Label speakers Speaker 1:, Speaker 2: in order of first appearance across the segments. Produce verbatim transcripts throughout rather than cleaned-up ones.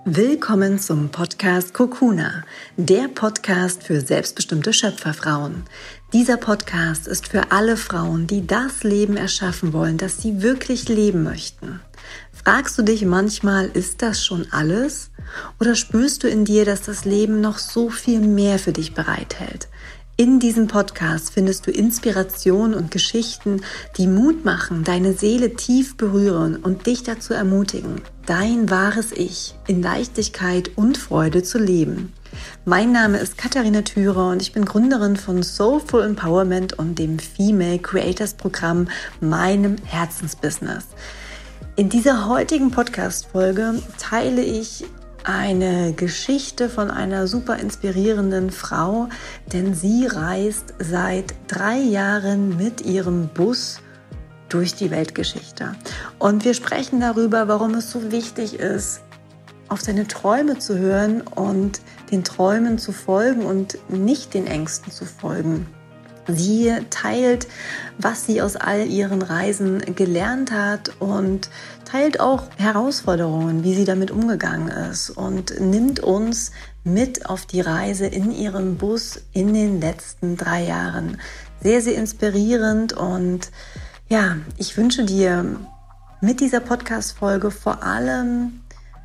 Speaker 1: Willkommen zum Podcast Kokuna, der Podcast für selbstbestimmte Schöpferfrauen. Dieser Podcast ist für alle Frauen, die das Leben erschaffen wollen, das sie wirklich leben möchten. Fragst du dich manchmal, ist das schon alles? Oder spürst du in dir, dass das Leben noch so viel mehr für dich bereithält? In diesem Podcast findest du Inspiration und Geschichten, die Mut machen, deine Seele tief berühren und dich dazu ermutigen, dein wahres Ich in Leichtigkeit und Freude zu leben. Mein Name ist Katharina Thürer und ich bin Gründerin von Soulful Empowerment und dem Female Creators Programm, meinem Herzensbusiness. In dieser heutigen Podcast-Folge teile ich eine Geschichte von einer super inspirierenden Frau, denn sie reist seit drei Jahren mit ihrem Bus durch die Weltgeschichte. Und wir sprechen darüber, warum es so wichtig ist, auf seine Träume zu hören und den Träumen zu folgen und nicht den Ängsten zu folgen. Sie teilt, was sie aus all ihren Reisen gelernt hat und teilt auch Herausforderungen, wie sie damit umgegangen ist und nimmt uns mit auf die Reise in ihrem Bus in den letzten drei Jahren. Sehr, sehr inspirierend und ja, ich wünsche dir mit dieser Podcast-Folge vor allem,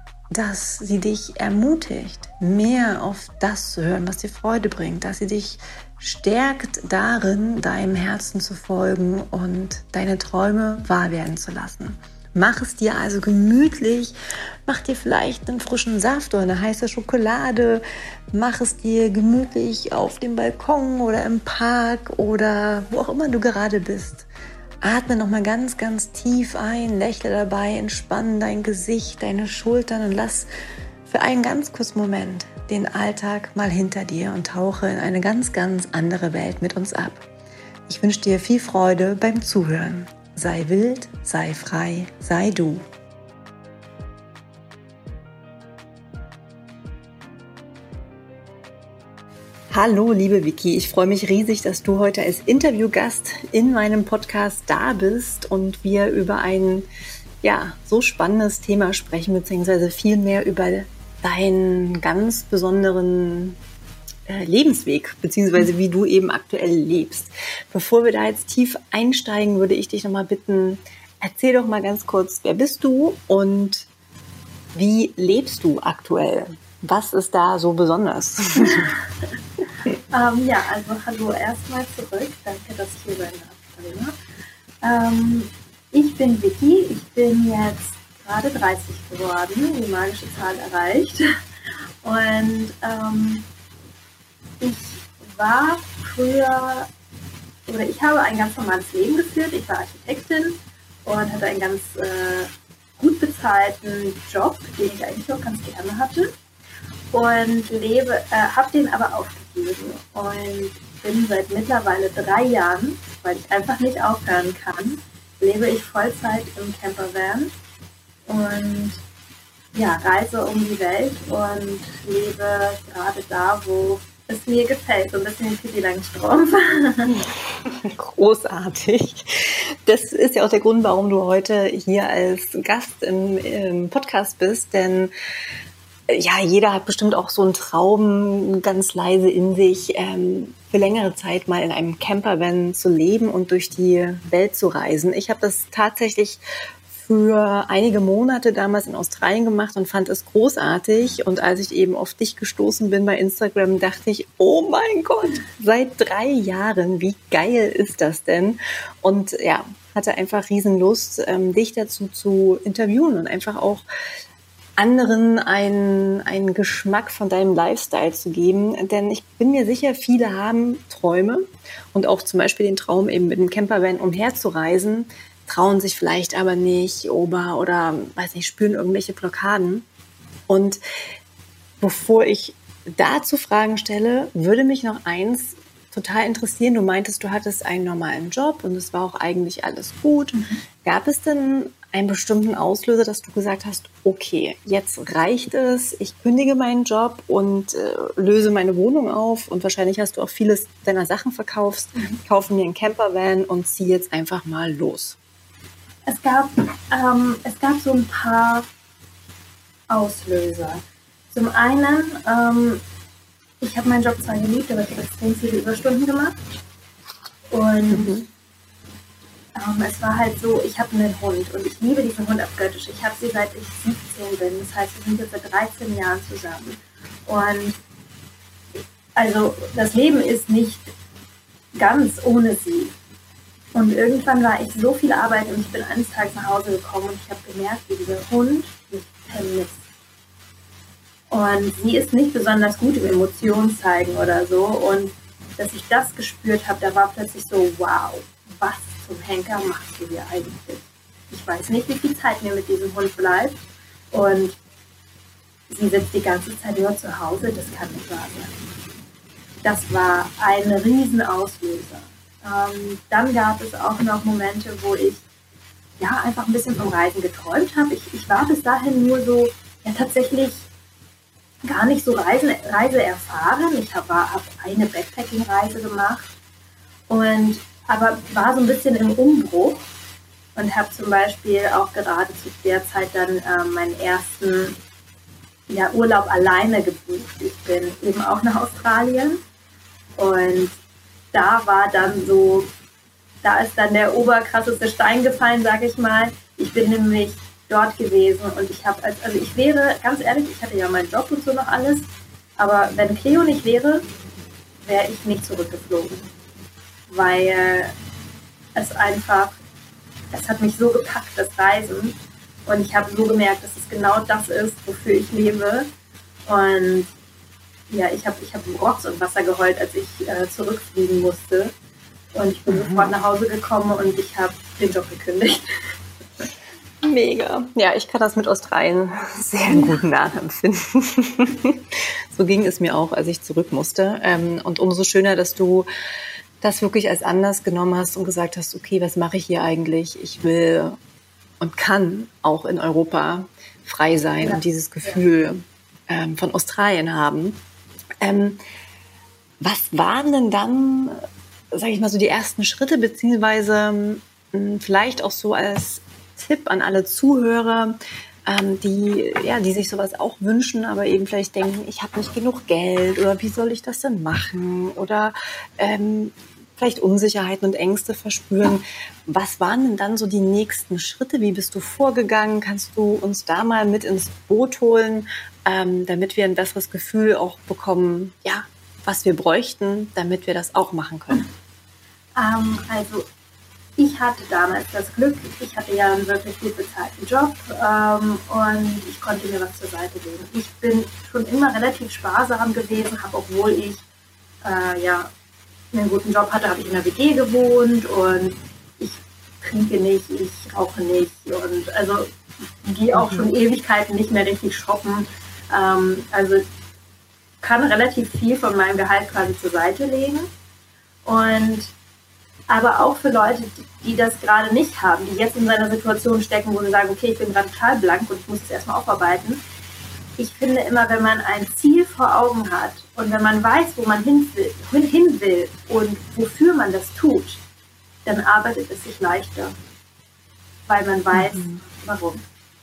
Speaker 1: dass sie dich ermutigt, mehr auf das zu hören, was dir Freude bringt, dass sie dich stärkt darin, deinem Herzen zu folgen und deine Träume wahr werden zu lassen. Mach es dir also gemütlich, mach dir vielleicht einen frischen Saft oder eine heiße Schokolade, mach es dir gemütlich auf dem Balkon oder im Park oder wo auch immer du gerade bist. Atme nochmal ganz, ganz tief ein, lächle dabei, entspann dein Gesicht, deine Schultern und lass für einen ganz kurzen Moment den Alltag mal hinter dir und tauche in eine ganz, ganz andere Welt mit uns ab. Ich wünsche dir viel Freude beim Zuhören. Sei wild, sei frei, sei du. Hallo liebe Vicky, ich freue mich riesig, dass du heute als Interviewgast in meinem Podcast da bist und wir über ein ja, so spannendes Thema sprechen, beziehungsweise viel mehr über deinen ganz besonderen äh, Lebensweg, beziehungsweise wie du eben aktuell lebst. Bevor wir da jetzt tief einsteigen, würde ich dich nochmal bitten, erzähl doch mal ganz kurz, wer bist du und wie lebst du aktuell? Was ist da so besonders?
Speaker 2: ähm, ja, also hallo erstmal zurück. Danke, dass ich hier sein darf. Ähm, ich bin Vicky, ich bin jetzt gerade dreißig geworden, die magische Zahl erreicht. Und ähm, ich war früher, oder ich habe ein ganz normales Leben geführt. Ich war Architektin und hatte einen ganz äh, gut bezahlten Job, den ich eigentlich auch ganz gerne hatte. Und lebe, äh, habe den aber aufgegeben und bin seit mittlerweile drei Jahren, weil ich einfach nicht aufhören kann, lebe ich Vollzeit im Campervan und ja, reise um die Welt und lebe gerade da, wo es mir gefällt, so ein bisschen wie Pippi Langstrumpf.
Speaker 1: Großartig. Das ist ja auch der Grund, warum du heute hier als Gast im, im Podcast bist, denn ja, jeder hat bestimmt auch so einen Traum ganz leise in sich, ähm, für längere Zeit mal in einem Campervan zu leben und durch die Welt zu reisen. Ich habe das tatsächlich für einige Monate damals in Australien gemacht und fand es großartig. Und als ich eben auf dich gestoßen bin bei Instagram, dachte ich, oh mein Gott, seit drei Jahren, wie geil ist das denn? Und ja, hatte einfach riesen Lust, ähm, dich dazu zu interviewen und einfach auch anderen einen, einen Geschmack von deinem Lifestyle zu geben. Denn ich bin mir sicher, viele haben Träume und auch zum Beispiel den Traum, eben mit dem Campervan umherzureisen, trauen sich vielleicht aber nicht oder, oder weiß nicht, spüren irgendwelche Blockaden. Und bevor ich dazu Fragen stelle, würde mich noch eins total interessieren. Du meintest, du hattest einen normalen Job und es war auch eigentlich alles gut. Mhm. Gab es denn einen bestimmten Auslöser, dass du gesagt hast, okay, jetzt reicht es, ich kündige meinen Job und äh, löse meine Wohnung auf und wahrscheinlich hast du auch vieles deiner Sachen verkauft, mhm. kaufe mir einen Campervan und ziehe jetzt einfach mal los?
Speaker 2: Es gab, ähm, es gab so ein paar Auslöser. Zum einen, ähm, ich habe meinen Job zwar geliebt, aber ich habe extrem viele Überstunden gemacht. Und mhm. ähm, es war halt so, ich habe einen Hund und ich liebe diesen Hund abgöttisch. Ich habe sie seit ich siebzehn bin, das heißt, wir sind jetzt seit dreizehn Jahren zusammen. Und also das Leben ist nicht ganz ohne sie. Und irgendwann war ich so viel Arbeit und ich bin eines Tages nach Hause gekommen und ich habe gemerkt, wie dieser Hund mich vermisst. Und sie ist nicht besonders gut im Emotionen zeigen oder so. Und dass ich das gespürt habe, da war plötzlich so, wow, was zum Henker machst du hier eigentlich? Ich weiß nicht, wie viel Zeit mir mit diesem Hund bleibt. Und sie sitzt die ganze Zeit nur zu Hause, das kann nicht wahr sein. Das war ein Riesenauslöser. Ähm, dann gab es auch noch Momente, wo ich ja einfach ein bisschen vom Reisen geträumt habe. Ich, ich war bis dahin nur so, ja tatsächlich gar nicht so Reise, Reise erfahren. Ich habe hab eine Backpacking-Reise gemacht, und, aber war so ein bisschen im Umbruch und habe zum Beispiel auch gerade zu der Zeit dann äh, meinen ersten ja, Urlaub alleine gebucht. Ich bin eben auch nach Australien und da war dann so, da ist dann der oberkrasseste Stein gefallen, sag ich mal. Ich bin nämlich dort gewesen und ich habe, als, also ich wäre, ganz ehrlich, ich hatte ja meinen Job und so noch alles, aber wenn Cleo nicht wäre, wäre ich nicht zurückgeflogen, weil es einfach, es hat mich so gepackt, das Reisen, und ich habe so gemerkt, dass es genau das ist, wofür ich lebe. Und ja, ich habe ich hab Rotz und Wasser geheult, als ich äh, zurückfliegen musste, und ich bin mhm. sofort nach Hause gekommen und ich habe den Job gekündigt.
Speaker 1: Mega. Ja, ich kann das mit Australien sehr gut nachempfinden. So ging es mir auch, als ich zurück musste. Und umso schöner, dass du das wirklich als Anlass genommen hast und gesagt hast, okay, was mache ich hier eigentlich? Ich will und kann auch in Europa frei sein ja. und dieses Gefühl ja. ähm, von Australien haben. Ähm, was waren denn dann, sage ich mal, so die ersten Schritte, beziehungsweise mh, vielleicht auch so als Tipp an alle Zuhörer, ähm, die, ja, die sich sowas auch wünschen, aber eben vielleicht denken, ich habe nicht genug Geld, oder wie soll ich das denn machen, oder ähm, vielleicht Unsicherheiten und Ängste verspüren. Was waren denn dann so die nächsten Schritte? Wie bist du vorgegangen? Kannst du uns da mal mit ins Boot holen, ähm, damit wir ein besseres Gefühl auch bekommen, ja, was wir bräuchten, damit wir das auch machen können?
Speaker 2: Ähm, also ich hatte damals das Glück, ich hatte ja einen wirklich gut bezahlten Job ähm, und ich konnte mir was zur Seite legen. Ich bin schon immer relativ sparsam gewesen, habe, obwohl ich äh, ja, einen guten Job hatte, habe ich in der W G gewohnt und ich trinke nicht, ich rauche nicht und also gehe auch schon Ewigkeiten nicht mehr richtig shoppen. Ähm, also kann relativ viel von meinem Gehalt quasi zur Seite legen. Und aber auch für Leute, die, die das gerade nicht haben, die jetzt in seiner Situation stecken, wo sie sagen, okay, ich bin gerade total blank und ich muss es erstmal aufarbeiten. Ich finde immer, wenn man ein Ziel vor Augen hat und wenn man weiß, wo man hin will, hin will und wofür man das tut, dann arbeitet es sich leichter, weil man weiß, mhm. warum.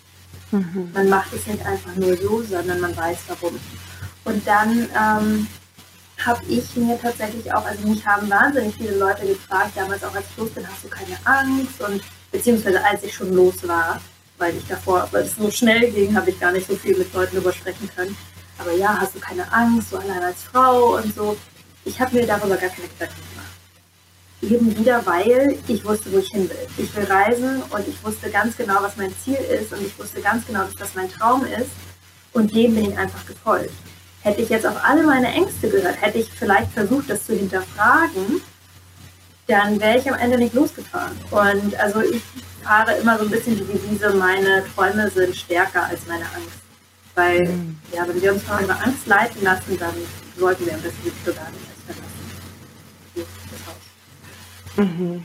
Speaker 2: Mhm. Man macht es nicht einfach nur so, sondern man weiß, warum. Und dann ähm, habe ich mir tatsächlich auch, also mich haben wahnsinnig viele Leute gefragt, damals auch als ich los bin, hast du keine Angst? Und beziehungsweise als ich schon los war, weil ich davor, weil es so schnell ging, habe ich gar nicht so viel mit Leuten darüber sprechen können. Aber ja, hast du keine Angst, so allein als Frau und so. Ich habe mir darüber gar keine Gedanken gemacht. Eben wieder, weil ich wusste, wo ich hin will. Ich will reisen und ich wusste ganz genau, was mein Ziel ist und ich wusste ganz genau, dass das mein Traum ist, und dem bin ich einfach gefolgt. Hätte ich jetzt auf alle meine Ängste gehört, hätte ich vielleicht versucht, das zu hinterfragen, dann wäre ich am Ende nicht losgefahren. Und also ich fahre immer so ein bisschen die Devise, meine Träume sind stärker als meine Angst. Weil, mhm. ja, wenn wir uns von unserer Angst leiten lassen, dann sollten wir am besten die Tür gar nicht erst verlassen. Das Haus.
Speaker 1: Mhm.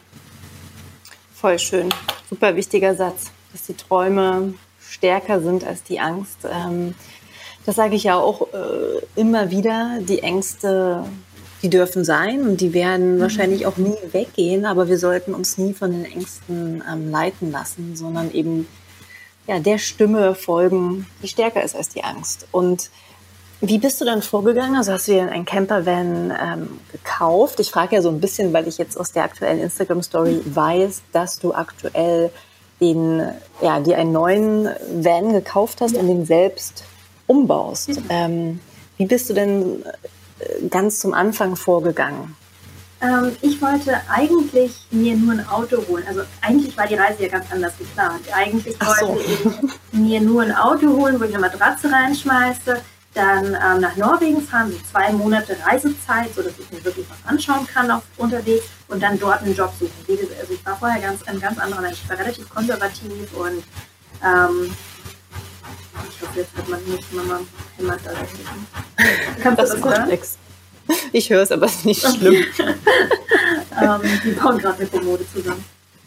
Speaker 1: Voll schön. Super wichtiger Satz, dass die Träume stärker sind als die Angst. Ähm, das sage ich ja auch äh, immer wieder. Die Ängste, die dürfen sein und die werden mhm. wahrscheinlich auch nie weggehen, aber wir sollten uns nie von den Ängsten ähm, leiten lassen, sondern eben ja, der Stimme folgen, die stärker ist als die Angst. Und Wie bist du dann vorgegangen? Also hast du dir einen Campervan ähm, gekauft? Ich frage ja so ein bisschen, weil ich jetzt aus der aktuellen Instagram-Story weiß, dass du aktuell den, ja, dir einen neuen Van gekauft hast, ja, und den selbst umbaust. Mhm. Ähm, wie bist du denn ganz zum Anfang vorgegangen?
Speaker 2: Ähm, ich wollte eigentlich mir nur ein Auto holen. Also eigentlich war die Reise ja ganz anders geplant. Eigentlich wollte so. ich mir nur ein Auto holen, wo ich eine Matratze reinschmeiße, dann ähm, nach Norwegen fahren, so zwei Monate Reisezeit, sodass ich mir wirklich was anschauen kann auf unterwegs und dann dort einen Job suchen. Wie gesagt, also ich war vorher ganz, ein ganz anderer Mensch. Ich war relativ konservativ und ähm, ich hoffe, jetzt hat man nicht Mama hämmert da Kannst
Speaker 1: das
Speaker 2: du das
Speaker 1: macht
Speaker 2: hören?
Speaker 1: Nix. Ich höre es, aber es ist nicht schlimm.
Speaker 2: ähm, die bauen gerade eine Kommode zusammen.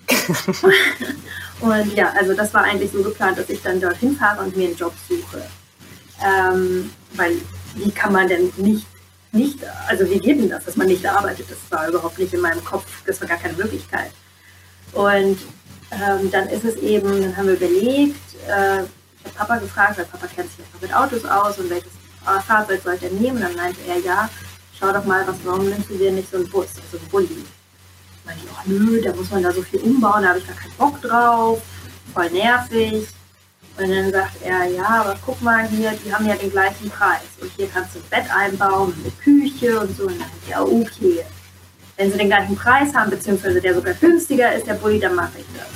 Speaker 2: Und ja, also das war eigentlich so geplant, dass ich dann dorthin fahre und mir einen Job suche. Ähm, weil wie kann man denn nicht, nicht, also wie geht denn das, dass man nicht arbeitet? Das war überhaupt nicht in meinem Kopf, das war gar keine Möglichkeit. Und ähm, dann ist es eben, dann haben wir überlegt, äh, ich habe Papa gefragt, weil Papa kennt sich einfach mit Autos aus und welches Fahrzeug sollte er nehmen? Und dann meinte er, ja, schau doch mal, was, warum nimmst du dir nicht so einen Bus, also einen Bulli? Ich meinte, ach nö, da muss man da so viel umbauen, da habe ich gar keinen Bock drauf, voll nervig. Und dann sagt er, ja, aber guck mal hier, die haben ja den gleichen Preis. Und hier kannst du ein Bett einbauen, eine Küche und so. Und dann dachte ich, ja, okay. Wenn sie den gleichen Preis haben, beziehungsweise der sogar günstiger ist, der Bulli, dann mache ich das.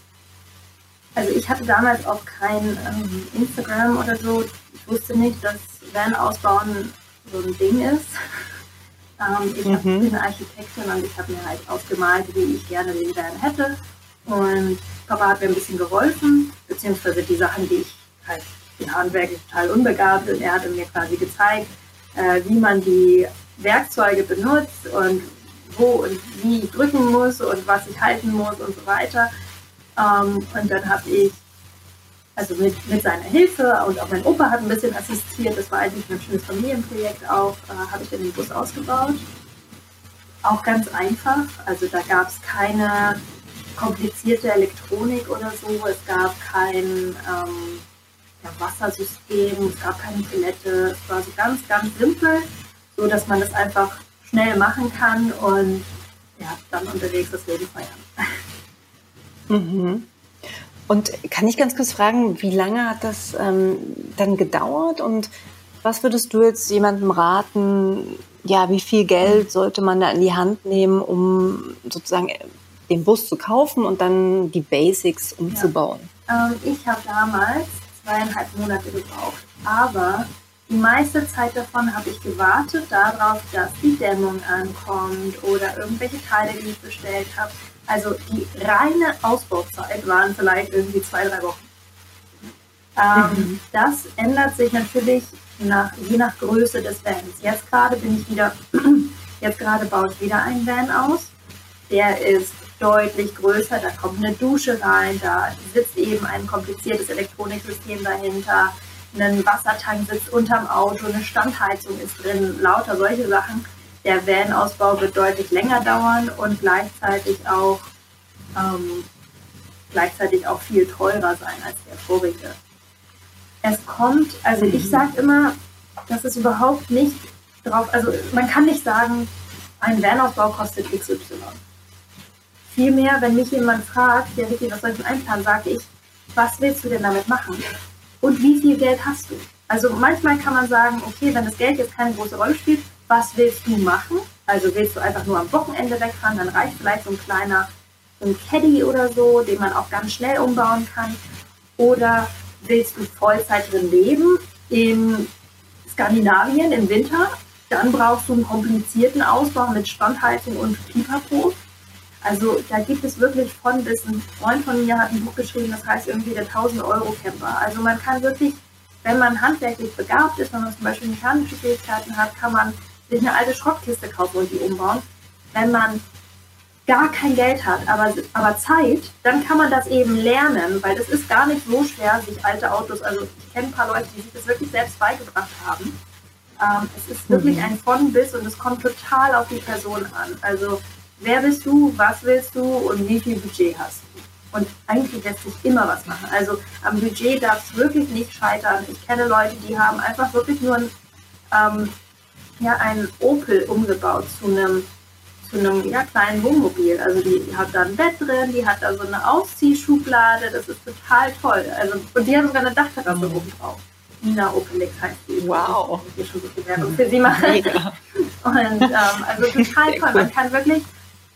Speaker 2: Also ich hatte damals auch kein ähm, Instagram oder so. Ich wusste nicht, dass Van ausbauen so ein Ding ist. Ähm, ich mhm. hab, bin eine Architektin und ich habe mir halt ausgemalt, wie ich gerne den Van hätte. Und Papa hat mir ein bisschen geholfen, beziehungsweise die Sachen, die ich halt, die handwerklich total unbegabt und er hat mir quasi gezeigt, äh, wie man die Werkzeuge benutzt und wo und wie ich drücken muss und was ich halten muss und so weiter. Ähm, und dann habe ich, also mit, mit seiner Hilfe und auch mein Opa hat ein bisschen assistiert, das war eigentlich ein schönes Familienprojekt auch, äh, habe ich dann den Bus ausgebaut. Auch ganz einfach, also da gab es keine komplizierte Elektronik oder so, es gab kein ähm, ja, Wassersystem, es gab keine Toilette, es war so ganz, ganz simpel, so dass man das einfach schnell machen kann und ja, dann unterwegs das Leben feiern.
Speaker 1: Mhm. Und kann ich ganz kurz fragen, wie lange hat das ähm, dann gedauert und was würdest du jetzt jemandem raten, ja, wie viel Geld sollte man da in die Hand nehmen, um sozusagen den Bus zu kaufen und dann die Basics umzubauen?
Speaker 2: Ja. Ähm, ich habe damals zweieinhalb Monate gebraucht, aber die meiste Zeit davon habe ich gewartet darauf, dass die Dämmung ankommt oder irgendwelche Teile, die ich bestellt habe. Also die reine Ausbauzeit waren vielleicht irgendwie zwei, drei Wochen. Ähm, mhm. Das ändert sich natürlich nach, je nach Größe des Vans. Jetzt gerade bin ich wieder, jetzt gerade baue ich wieder einen Van aus. Der ist deutlich größer, da kommt eine Dusche rein, da sitzt eben ein kompliziertes Elektroniksystem dahinter, ein Wassertank sitzt unterm Auto, eine Standheizung ist drin, lauter solche Sachen. Der Van-Ausbau wird deutlich länger dauern und gleichzeitig auch, ähm, gleichzeitig auch viel teurer sein als der vorige. Es kommt, also ich sage immer, dass es überhaupt nicht drauf, also man kann nicht sagen, ein Van-Ausbau kostet X Y. Vielmehr, wenn mich jemand fragt, ja Vicky, was soll ich denn einplanen, sage ich, was willst du denn damit machen? Und wie viel Geld hast du? Also manchmal kann man sagen, okay, wenn das Geld jetzt keine große Rolle spielt, was willst du machen? Also willst du einfach nur am Wochenende wegfahren, dann reicht vielleicht so ein kleiner so ein Caddy oder so, den man auch ganz schnell umbauen kann. Oder willst du Vollzeit drin leben in Skandinavien im Winter? Dann brauchst du einen komplizierten Ausbau mit Standheizung und Pipapo. Also da gibt es wirklich von bis. Ein Freund von mir hat ein Buch geschrieben, das heißt irgendwie der tausend Euro Camper. Also man kann wirklich, wenn man handwerklich begabt ist, wenn man zum Beispiel mechanische Fähigkeiten hat, kann man sich eine alte Schrottkiste kaufen und die umbauen. Wenn man gar kein Geld hat, aber, aber Zeit, dann kann man das eben lernen, weil das ist gar nicht so schwer, sich alte Autos, also ich kenne ein paar Leute, die sich das wirklich selbst beigebracht haben. Ähm, es ist wirklich ein von bis und es kommt total auf die Person an. Also wer bist du, was willst du und wie viel Budget hast du? Und eigentlich lässt sich immer was machen. Also am Budget darf es wirklich nicht scheitern. Ich kenne Leute, die haben einfach wirklich nur ein ähm, ja, einen Opel umgebaut zu einem zu einem ja, kleinen Wohnmobil. Also die, die hat da ein Bett drin, die hat da so eine Ausziehschublade, das ist total toll. Also, und die hat sogar eine Dachterrasse mhm. oben drauf. Nina Opelix heißt die.
Speaker 1: Wow.
Speaker 2: Ich will schon so viel Werbung für sie machen. Und ähm, also total toll. Cool. Man kann wirklich,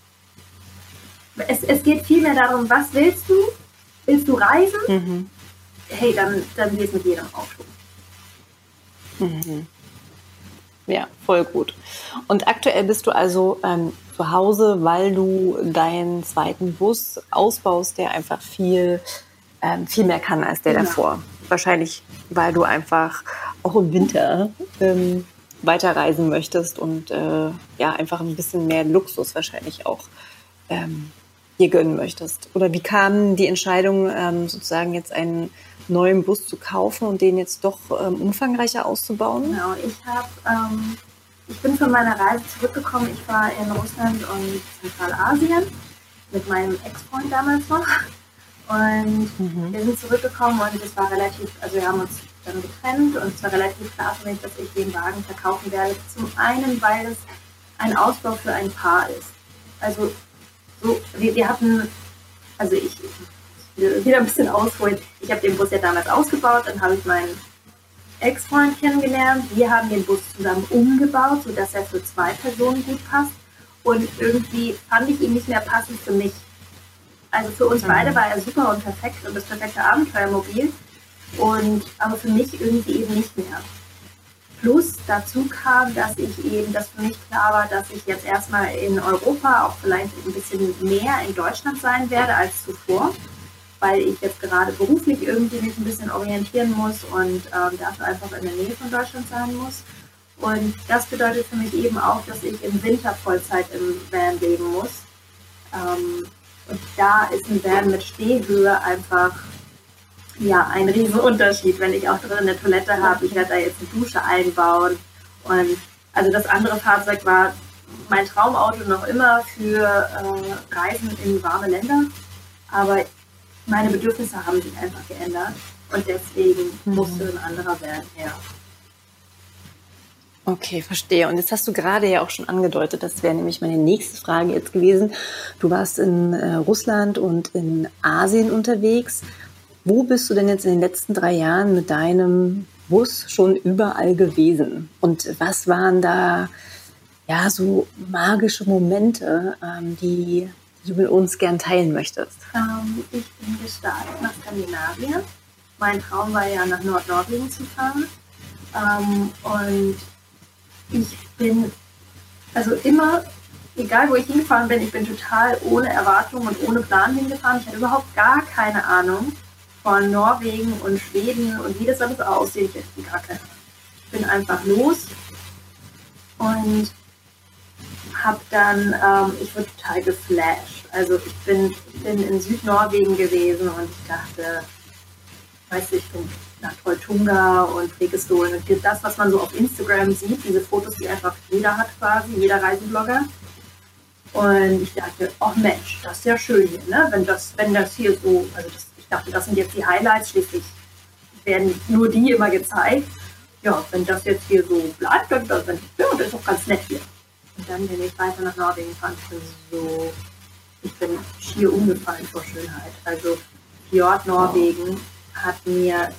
Speaker 2: es, es geht viel mehr darum, was willst du? Willst du reisen? Mhm. Hey, dann, dann geh es mit jedem Auto.
Speaker 1: Mhm. Ja, voll gut. Und aktuell bist du also ähm, zu Hause, weil du deinen zweiten Bus ausbaust, der einfach viel, ähm, viel mehr kann als der genau. davor. Wahrscheinlich, weil du einfach auch im Winter ähm, weiterreisen möchtest und äh, ja einfach ein bisschen mehr Luxus wahrscheinlich auch ähm, dir gönnen möchtest. Oder wie kam die Entscheidung, ähm, sozusagen jetzt einen neuen Bus zu kaufen und den jetzt doch ähm, umfangreicher auszubauen?
Speaker 2: Genau, ich habe, ähm, ich bin von meiner Reise zurückgekommen. Ich war in Russland und Zentralasien mit meinem Ex-Freund damals noch. Und mhm. wir sind zurückgekommen und es war relativ, also wir haben uns dann getrennt und es war relativ klar für mich, dass ich den Wagen verkaufen werde. Zum einen, weil es ein Ausbau für ein Paar ist. Also so, wir, wir hatten, also ich, ich will wieder ein bisschen ausholen. Ich habe den Bus ja damals ausgebaut, dann habe ich meinen Ex-Freund kennengelernt. Wir haben den Bus zusammen umgebaut, sodass er für zwei Personen gut passt. Und irgendwie fand ich ihn nicht mehr passend für mich. Also für uns beide war er super und perfekt und das perfekte Abenteuermobil. Und, aber für mich irgendwie eben nicht mehr. Plus dazu kam, dass ich eben, dass für mich klar war, dass ich jetzt erstmal in Europa, auch vielleicht ein bisschen mehr in Deutschland sein werde als zuvor, weil ich jetzt gerade beruflich irgendwie mich ein bisschen orientieren muss und ähm, dafür einfach in der Nähe von Deutschland sein muss. Und das bedeutet für mich eben auch, dass ich im Winter Vollzeit im Van leben muss. Ähm, und da ist ein Van mit Stehhöhe einfach ja, ein riesen Unterschied, wenn ich auch drin eine Toilette habe. Ich werde da jetzt eine Dusche einbauen. Und also das andere Fahrzeug war mein Traumauto noch immer für äh, Reisen in warme Länder. Aber meine Bedürfnisse haben sich einfach geändert. Und deswegen mhm. musste ein anderer Van her.
Speaker 1: Okay, verstehe. Und jetzt hast du gerade ja auch schon angedeutet, das wäre nämlich meine nächste Frage jetzt gewesen. Du warst in äh, Russland und in Asien unterwegs. Wo bist du denn jetzt in den letzten drei Jahren mit deinem Bus schon überall gewesen? Und was waren da ja so magische Momente, ähm, die, die du mit uns gern teilen möchtest?
Speaker 2: Ähm, ich bin gestartet nach Skandinavien. Mein Traum war ja, nach Nordnorwegen zu fahren. Ähm, und ich bin, also immer, egal wo ich hingefahren bin, ich bin total ohne Erwartung und ohne Plan hingefahren. Ich hatte überhaupt gar keine Ahnung von Norwegen und Schweden und wie das alles aussieht. Ich hatte gar keine Ahnung. Ich bin einfach los und habe dann, ähm, ich wurde total geflasht. Also ich bin, bin in Südnorwegen gewesen und ich dachte, weißt du, ich bin nach Trolltunga und Prekestolen und das, was man so auf Instagram sieht, diese Fotos, die einfach jeder hat quasi, jeder Reiseblogger. Und ich dachte, ach Mensch, das ist ja schön hier, ne? Wenn das, wenn das hier so, also das, ich dachte, das sind jetzt die Highlights, schließlich werden nur die immer gezeigt. Ja, wenn das jetzt hier so bleibt, dann das, ja, das ist doch ganz nett hier. Und dann bin ich weiter nach Norwegen gefahren. Ich bin so, ich bin schier umgefallen vor Schönheit. Also Fjord Norwegen hat mir,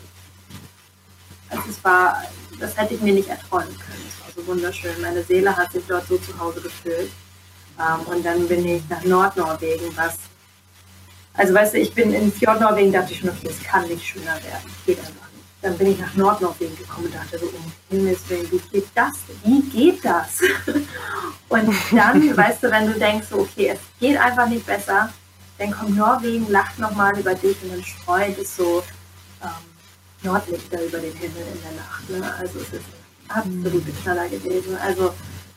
Speaker 2: also es war, das hätte ich mir nicht erträumen können. Es war so wunderschön. Meine Seele hat sich dort so zu Hause gefühlt. Um, und dann bin ich nach Nordnorwegen, was, also weißt du, ich bin in Fjord Norwegen, dachte ich schon, okay, es kann nicht schöner werden. Geht einfach nicht. Dann bin ich nach Nordnorwegen gekommen und dachte so, um Himmels Willen, wie geht das? Wie geht das? Und dann, weißt du, wenn du denkst, so, okay, es geht einfach nicht besser, dann kommt Norwegen, lacht nochmal über dich und dann streut es so ähm, Nordlichter über den Himmel in der Nacht. Ne? Also es ist absolute Knaller gewesen. Also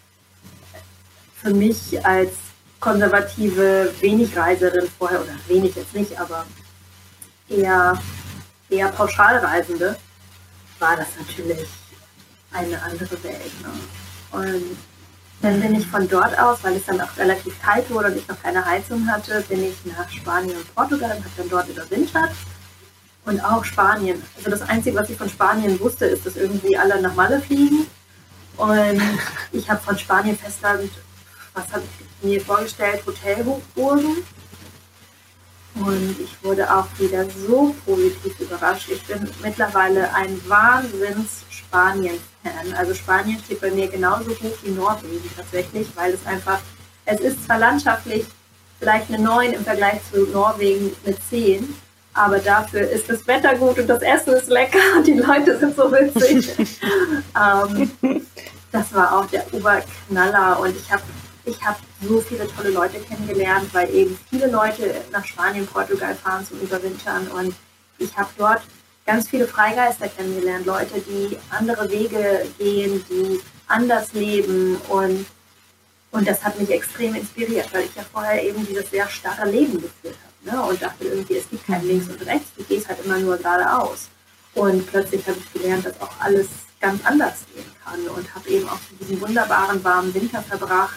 Speaker 2: für mich als konservative Wenig-Reiserin vorher, oder wenig jetzt nicht, aber eher, eher Pauschalreisende, war das natürlich eine andere Welt. Ne? Und dann bin ich von dort aus, weil es dann auch relativ kalt wurde und ich noch keine Heizung hatte, bin ich nach Spanien und Portugal und habe dann dort überwintert. Und auch Spanien. Also das Einzige, was ich von Spanien wusste, ist, dass irgendwie alle nach Malle fliegen. Und ich habe von Spanien Festland, was habe ich mir vorgestellt, Hotelhochburgen. Und ich wurde auch wieder so positiv überrascht. Ich bin mittlerweile ein Wahnsinns-Spanien-Fan. Also Spanien steht bei mir genauso hoch wie Norwegen tatsächlich, weil es einfach, es ist zwar landschaftlich vielleicht eine neun im Vergleich zu Norwegen eine zehn, aber dafür ist das Wetter gut und das Essen ist lecker und die Leute sind so witzig. ähm, das war auch der Oberknaller und ich habe ich hab so viele tolle Leute kennengelernt, weil eben viele Leute nach Spanien, Portugal fahren zum Überwintern und ich habe dort ganz viele Freigeister kennengelernt, Leute, die andere Wege gehen, die anders leben und, und das hat mich extrem inspiriert, weil ich ja vorher eben dieses sehr starre Leben geführt habe, ne? Und dachte irgendwie, es gibt kein Links und Rechts, du gehst halt immer nur geradeaus. Und plötzlich habe ich gelernt, dass auch alles ganz anders gehen kann und habe eben auch diesen wunderbaren warmen Winter verbracht.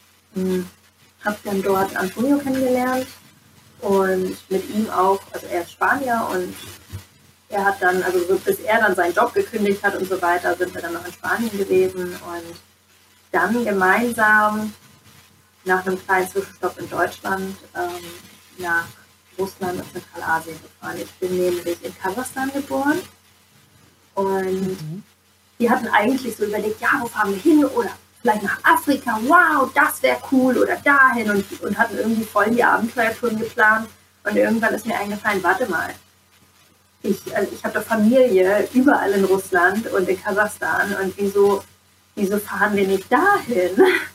Speaker 2: Habe dann dort Antonio kennengelernt und mit ihm auch, also er ist Spanier und er hat dann, also so, bis er dann seinen Job gekündigt hat und so weiter, sind wir dann noch in Spanien gewesen und dann gemeinsam nach einem kleinen Zwischenstopp in Deutschland ähm, nach Russland und Zentralasien gefahren. Ich bin nämlich in Kasachstan geboren und mhm. wir hatten eigentlich so überlegt, ja, wo fahren wir hin oder vielleicht nach Afrika, wow, das wäre cool oder dahin und, und hatten irgendwie voll die Abenteuertouren geplant und irgendwann ist mir eingefallen, warte mal, ich, also ich habe doch Familie überall in Russland und in Kasachstan und wieso, wieso fahren wir nicht dahin?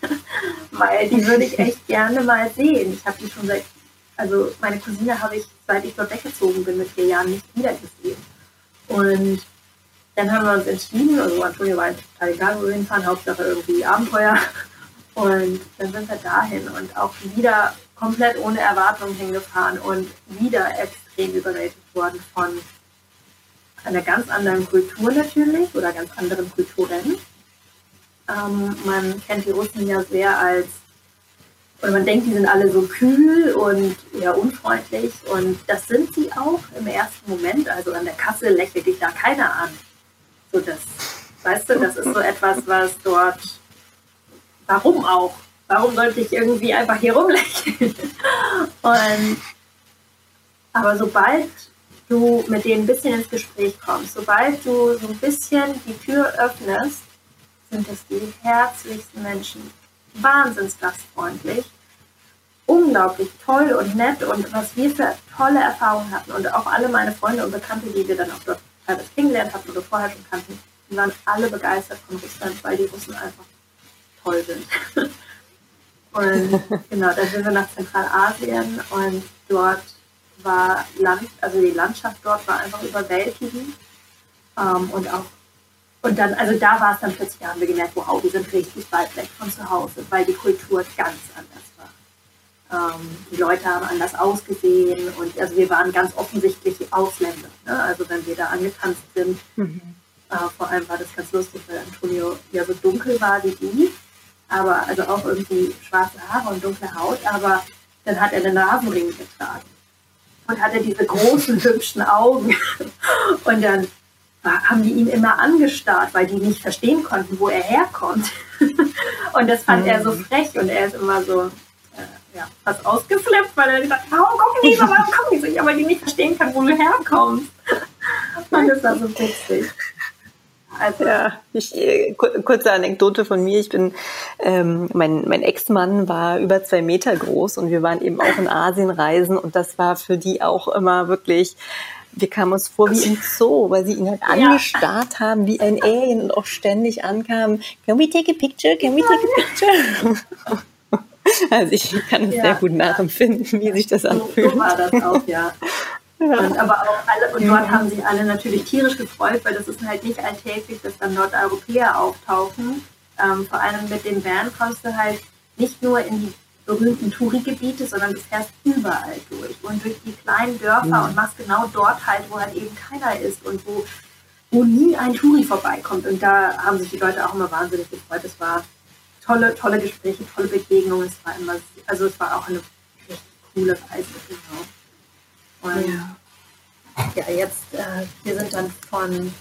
Speaker 2: Weil die würde ich echt gerne mal sehen. Ich habe die schon seit, also meine Cousine habe ich, seit ich dort weggezogen bin mit vier Jahren, nicht wieder gesehen. Und dann haben wir uns entschieden, also Antonio war total egal, wo wir hinfahren, Hauptsache irgendwie Abenteuer. Und dann sind wir dahin und auch wieder komplett ohne Erwartung hingefahren und wieder extrem überwältigt worden von einer ganz anderen Kultur natürlich oder ganz anderen Kulturen. Ähm, man kennt die Russen ja sehr als, oder man denkt, die sind alle so kühl und eher unfreundlich und das sind sie auch im ersten Moment. Also an der Kasse lächelt dich da keiner an. So das, weißt du, das ist so etwas, was dort, warum auch? Warum sollte ich irgendwie einfach hier rumlächeln? Und, aber sobald du mit denen ein bisschen ins Gespräch kommst, sobald du so ein bisschen die Tür öffnest, sind es die herzlichsten Menschen, wahnsinns gastfreundlich, unglaublich toll und nett und was wir für tolle Erfahrungen hatten und auch alle meine Freunde und Bekannte, die wir dann auch dort teilweise kennengelernt hatten oder vorher schon kannten, die waren alle begeistert von Russland, weil die Russen einfach toll sind. Und genau, dann sind wir nach Zentralasien und dort war Land, also die Landschaft dort war einfach überwältigend. Ähm, und auch, und dann, also da war es dann plötzlich, da haben wir gemerkt, wow, wir sind richtig weit weg von zu Hause, weil die Kultur ganz anders war. Ähm, die Leute haben anders ausgesehen und also wir waren ganz offensichtlich Ausländer. Ne? Also wenn wir da angetanzt sind, mhm. äh, vor allem war das ganz lustig, weil Antonio ja so dunkel war wie die, aber also auch irgendwie schwarze Haare und dunkle Haut, aber dann hat er eine Nasenring getragen und hatte diese großen, hübschen Augen und dann war, haben die ihn immer angestarrt, weil die nicht verstehen konnten, wo er herkommt. Und das fand mhm. er so frech und er ist immer so äh, ja, fast ausgeflippt, weil er gesagt hat, warum gucken die so, warum gucken die so? Ja, weil die nicht verstehen kann, wo du herkommst. Und das war so witzig.
Speaker 3: Also, ja, ich, kurze Anekdote von mir. Ich bin, ähm, mein, mein Ex-Mann war über zwei Meter groß und wir waren eben auch in Asien reisen und das war für die auch immer wirklich, wir kamen uns vor wie im Zoo, weil sie ihn halt angestarrt haben wie ein Alien und auch ständig ankamen, can we take a picture, can we take a picture? Also ich kann es ja. sehr gut nachempfinden, wie sich das anfühlt.
Speaker 2: So war das auch, ja. Ja. Und aber auch alle, und dort haben sich alle natürlich tierisch gefreut, weil das ist halt nicht alltäglich, dass dann dort Europäer auftauchen. Ähm, vor allem mit dem Van kommst du halt nicht nur in die berühmten Touri-Gebiete, sondern du fährst überall durch und durch die kleinen Dörfer mhm. und machst genau dort halt, wo halt eben keiner ist und wo, wo nie ein Touri vorbeikommt. Und da haben sich die Leute auch immer wahnsinnig gefreut. Es war tolle, tolle Gespräche, tolle Begegnungen. Es war immer, also es war auch eine richtig coole Reise. Genau. Und ja, ja jetzt, äh, wir sind dann von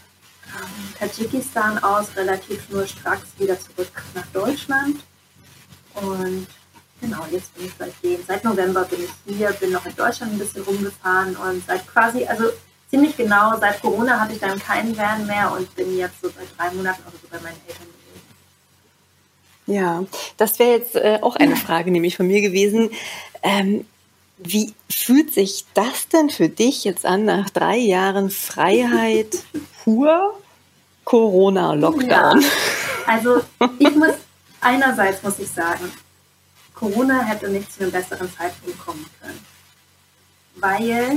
Speaker 2: ähm, Tadschikistan aus relativ schnurstracks wieder zurück nach Deutschland. Und genau, jetzt bin ich seitdem, seit November bin ich hier, bin noch in Deutschland ein bisschen rumgefahren und seit quasi, also ziemlich genau, seit Corona hatte ich dann keinen Van mehr und bin jetzt so seit drei Monaten oder so bei meinen Eltern gewesen.
Speaker 3: Ja, das wäre jetzt äh, auch eine Frage nämlich von mir gewesen. Ähm, wie fühlt sich das denn für dich jetzt an, nach drei Jahren Freiheit pur, Corona-Lockdown?
Speaker 2: Ja, also ich muss, einerseits muss ich sagen, Corona hätte nicht zu einem besseren Zeitpunkt kommen können, weil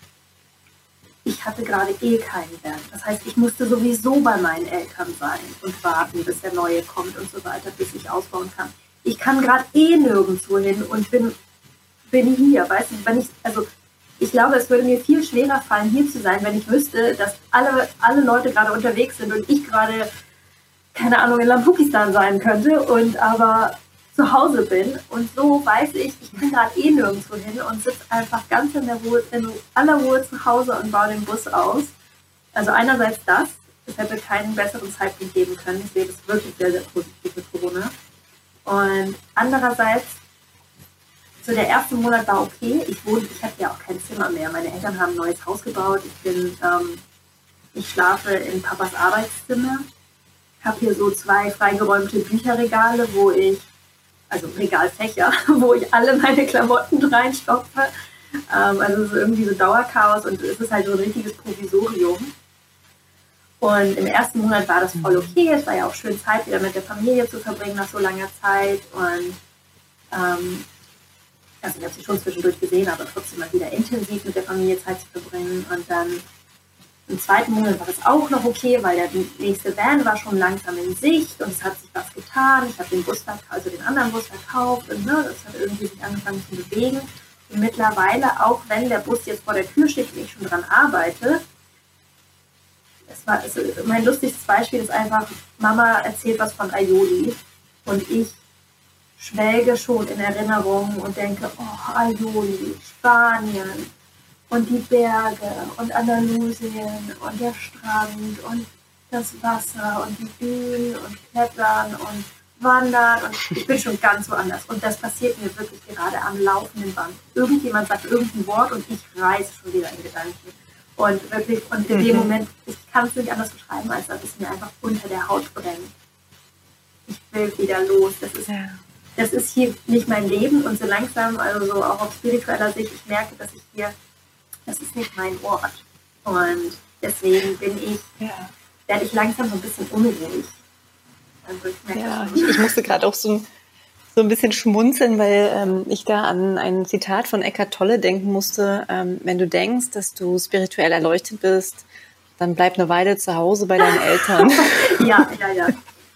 Speaker 2: ich hatte gerade eh keinen Van. Das heißt, ich musste sowieso bei meinen Eltern sein und warten, bis der Neue kommt und so weiter, bis ich ausbauen kann. Ich kann gerade eh nirgendwo hin und bin, bin hier, weißt du, wenn ich, also ich glaube, es würde mir viel schwerer fallen, hier zu sein, wenn ich wüsste, dass alle, alle Leute gerade unterwegs sind und ich gerade, keine Ahnung, in Lambukistan sein könnte und aber zu Hause bin. Und so weiß ich, ich bin gerade eh nirgendwo hin und sitze einfach ganz in der Ruhe, in aller Ruhe zu Hause und baue den Bus aus. Also einerseits das, es hätte keinen besseren Zeitpunkt geben können. Ich sehe das wirklich sehr, sehr positiv mit Corona. Und andererseits, so der erste Monat war okay. Ich wohne, ich hatte ja auch kein Zimmer mehr. Meine Eltern haben ein neues Haus gebaut. Ich bin, ähm, ich schlafe in Papas Arbeitszimmer. Habe hier so zwei freigeräumte Bücherregale, wo ich, also Regalfächer, wo ich alle meine Klamotten reinstopfe. Ähm, also es ist irgendwie so Dauerchaos und es ist halt so ein richtiges Provisorium. Und im ersten Monat war das voll okay. Es war ja auch schön, Zeit wieder mit der Familie zu verbringen nach so langer Zeit. Und ähm, also ich habe sie schon zwischendurch gesehen, aber trotzdem mal wieder intensiv mit der Familie Zeit zu verbringen. Und dann im zweiten Monat war das auch noch okay, weil der nächste Van war schon langsam in Sicht und es hat sich was getan. Ich habe den Bus, also den anderen Bus verkauft und ne, das hat irgendwie sich angefangen zu bewegen. Und mittlerweile, auch wenn der Bus jetzt vor der Tür steht und ich schon dran arbeite, es war, es, mein lustigstes Beispiel ist einfach, Mama erzählt was von Aioli und ich schwelge schon in Erinnerungen und denke, oh, Aioli, Spanien. Und die Berge und Andalusien und der Strand und das Wasser und die Dünen und Klettern und Wandern und ich bin schon ganz woanders. Und das passiert mir wirklich gerade am laufenden Band. Irgendjemand sagt irgendein Wort und ich reise schon wieder in Gedanken. Und wirklich, und in dem Moment, ich kann es nicht anders beschreiben, als dass es mir einfach unter der Haut brennt. Ich will wieder los. Das ist, ja. das ist hier nicht mein Leben und so langsam, also so auch auf spiritueller Sicht, ich merke, dass ich hier das ist nicht mein Ort. Und deswegen bin ich, ja. werde ich langsam so ein bisschen unruhig. Also ich, merke
Speaker 3: ja, ich, ich musste gerade auch so, so ein bisschen schmunzeln, weil ähm, ich da an ein Zitat von Eckhart Tolle denken musste. Ähm, wenn du denkst, dass du spirituell erleuchtet bist, dann bleib eine Weile zu Hause bei deinen Eltern.
Speaker 2: ja, ja, ja.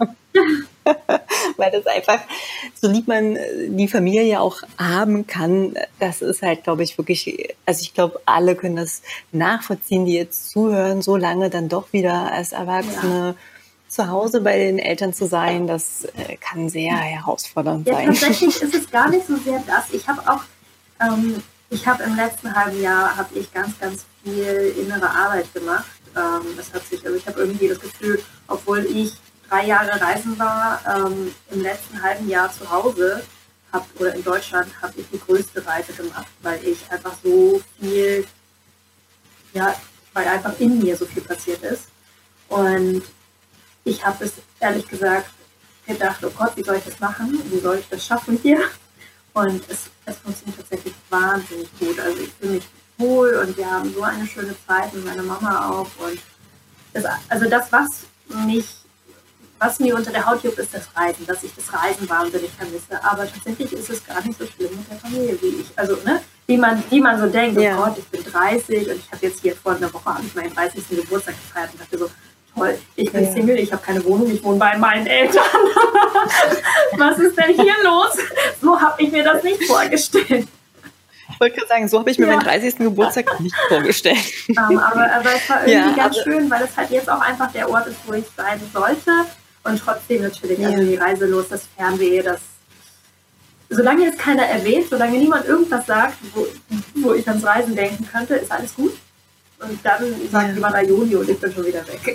Speaker 3: Weil das einfach, so lieb man die Familie auch haben kann, das ist halt, glaube ich, wirklich, also ich glaube, alle können das nachvollziehen, die jetzt zuhören, so lange dann doch wieder als Erwachsene ja. zu Hause bei den Eltern zu sein, das kann sehr herausfordernd
Speaker 2: ja,
Speaker 3: sein.
Speaker 2: Tatsächlich ist es gar nicht so sehr das. Ich habe auch, ähm, ich habe im letzten halben Jahr, habe ich ganz, ganz viel innere Arbeit gemacht. Ähm, das hat sich, also ich habe irgendwie das Gefühl, obwohl ich drei Jahre reisen war, ähm, im letzten halben Jahr zu Hause hab, oder in Deutschland habe ich die größte Reise gemacht, weil ich einfach so viel, ja, weil einfach in mir so viel passiert ist. Und ich habe es ehrlich gesagt gedacht, oh Gott, wie soll ich das machen? Wie soll ich das schaffen hier? Und es, es funktioniert tatsächlich wahnsinnig gut. Also ich fühle mich wohl und wir haben so eine schöne Zeit mit meiner Mama auch. Und das, also das, was mich Was mir unter der Haut juckt, ist das Reisen, dass ich das Reisen wahnsinnig vermisse. Aber tatsächlich ist es gar nicht so schlimm mit der Familie wie ich. Also, ne, wie man, wie man so denkt, ja. oh Gott, ich bin dreißig und ich habe jetzt hier vor einer Woche habe ich meinen dreißigsten Geburtstag gefeiert und dachte so, toll, ich bin ja. Single, ich habe keine Wohnung, ich wohne bei meinen Eltern. Was ist denn hier los? So habe ich mir das nicht vorgestellt.
Speaker 3: Ich wollte gerade sagen, so habe ich mir ja. meinen dreißigsten Geburtstag nicht vorgestellt.
Speaker 2: Um, aber, aber es war irgendwie
Speaker 3: ja,
Speaker 2: ganz
Speaker 3: also,
Speaker 2: schön, weil es halt jetzt auch einfach der Ort ist, wo ich sein sollte. Und trotzdem natürlich, ja. also die Reise los, das Fernweh, das, solange jetzt keiner erwähnt, solange niemand irgendwas sagt, wo, wo ich ans Reisen denken könnte, ist alles gut. Und dann sagt ja. jemand Juni und ich bin schon wieder weg.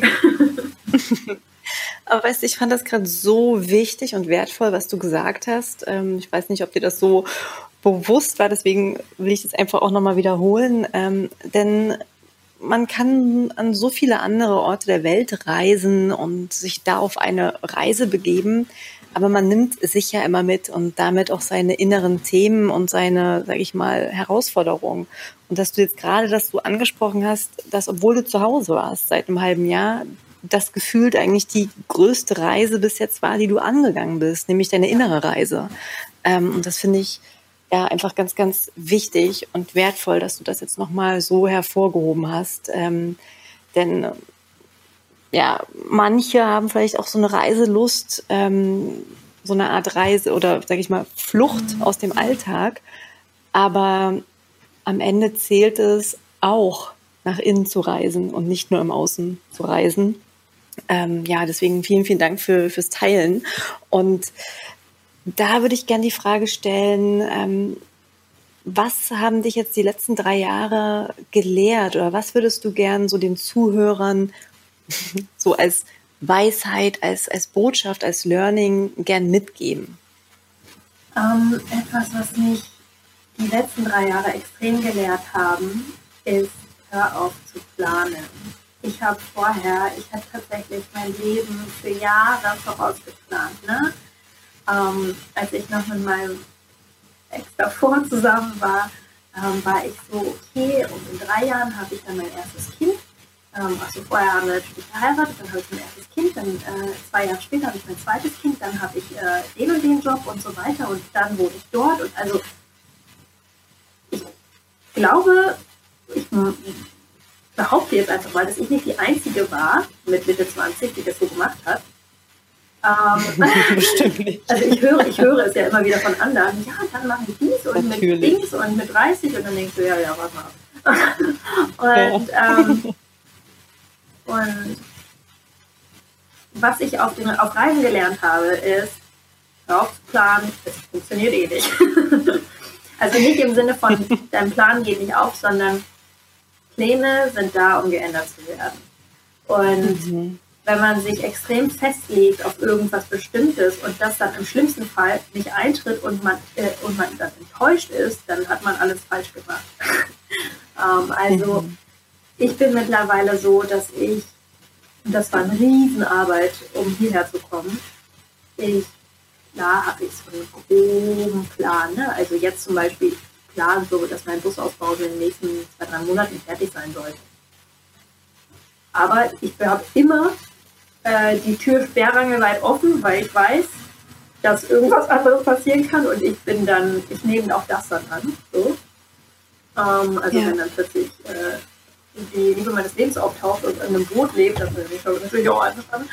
Speaker 3: Aber weißt du, ich fand das gerade so wichtig und wertvoll, was du gesagt hast. Ähm, ich weiß nicht, ob dir das so bewusst war, deswegen will ich das einfach auch nochmal wiederholen. Ähm, denn man kann an so viele andere Orte der Welt reisen und sich da auf eine Reise begeben, aber man nimmt sich ja immer mit und damit auch seine inneren Themen und seine, sag ich mal, Herausforderungen. Und dass du jetzt gerade, dass du angesprochen hast, dass obwohl du zu Hause warst seit einem halben Jahr, das gefühlt eigentlich die größte Reise bis jetzt war, die du angegangen bist, nämlich deine innere Reise. Ähm, und das finde ich ja einfach ganz, ganz wichtig und wertvoll, dass du das jetzt nochmal so hervorgehoben hast. Ähm, denn ja, manche haben vielleicht auch so eine Reiselust, ähm, so eine Art Reise oder, sag ich mal, Flucht aus dem Alltag. Aber am Ende zählt es auch, nach innen zu reisen und nicht nur im Außen zu reisen. Ähm, ja, deswegen vielen, vielen Dank für, fürs Teilen. Und da würde ich gerne die Frage stellen, ähm, was haben dich jetzt die letzten drei Jahre gelehrt oder was würdest du gern so den Zuhörern so als Weisheit, als, als Botschaft, als Learning gern mitgeben?
Speaker 2: Ähm, etwas, was mich die letzten drei Jahre extrem gelehrt haben, ist, hör auf zu planen. Ich habe vorher, ich habe tatsächlich mein Leben für Jahre vorausgeplant. Ne? Ähm, als ich noch mit meinem Ex davor zusammen war, ähm, war ich so, okay, und in drei Jahren habe ich dann mein erstes Kind. Ähm, also vorher haben wir natürlich geheiratet, dann habe ich mein erstes Kind, dann äh, zwei Jahre später habe ich mein zweites Kind, dann habe ich äh, den und den Job und so weiter und dann wohne ich dort. Und also ich glaube, ich behaupte jetzt einfach mal, dass ich nicht die Einzige war mit Mitte zwanzig, die das so gemacht hat. Ähm,
Speaker 3: Bestimmt nicht.
Speaker 2: Also ich höre, ich höre es ja immer wieder von anderen. Ja, dann mache ich dies und
Speaker 3: Natürlich.
Speaker 2: mit Dings und mit dreißig und dann denkst du, ja, ja, warte mal. und, ja. ähm, und was ich auf, den, auf Reisen gelernt habe, ist, hör auf zu planen, es funktioniert eh nicht. Also nicht im Sinne von, dein Plan geht nicht auf, sondern Pläne sind da, um geändert zu werden. Und mhm. wenn man sich extrem festlegt auf irgendwas Bestimmtes und das dann im schlimmsten Fall nicht eintritt und man, äh, und man dann enttäuscht ist, dann hat man alles falsch gemacht. ähm, also mhm. ich bin mittlerweile so, dass ich, und das war eine Riesenarbeit, um hierher zu kommen, ich, klar habe ich so einen groben Plan. Ne? Also jetzt zum Beispiel Plan, so, dass mein Busausbau in den nächsten zwei, drei Monaten fertig sein sollte. Aber ich habe immer äh, die Tür sperrangelweit offen, weil ich weiß, dass irgendwas anderes passieren kann und ich bin dann, ich nehme auch das dann an. So. Ähm, also ja. wenn dann plötzlich äh, die Liebe meines Lebens auftaucht und in einem Boot lebt, dann bin ich natürlich auch einverstanden.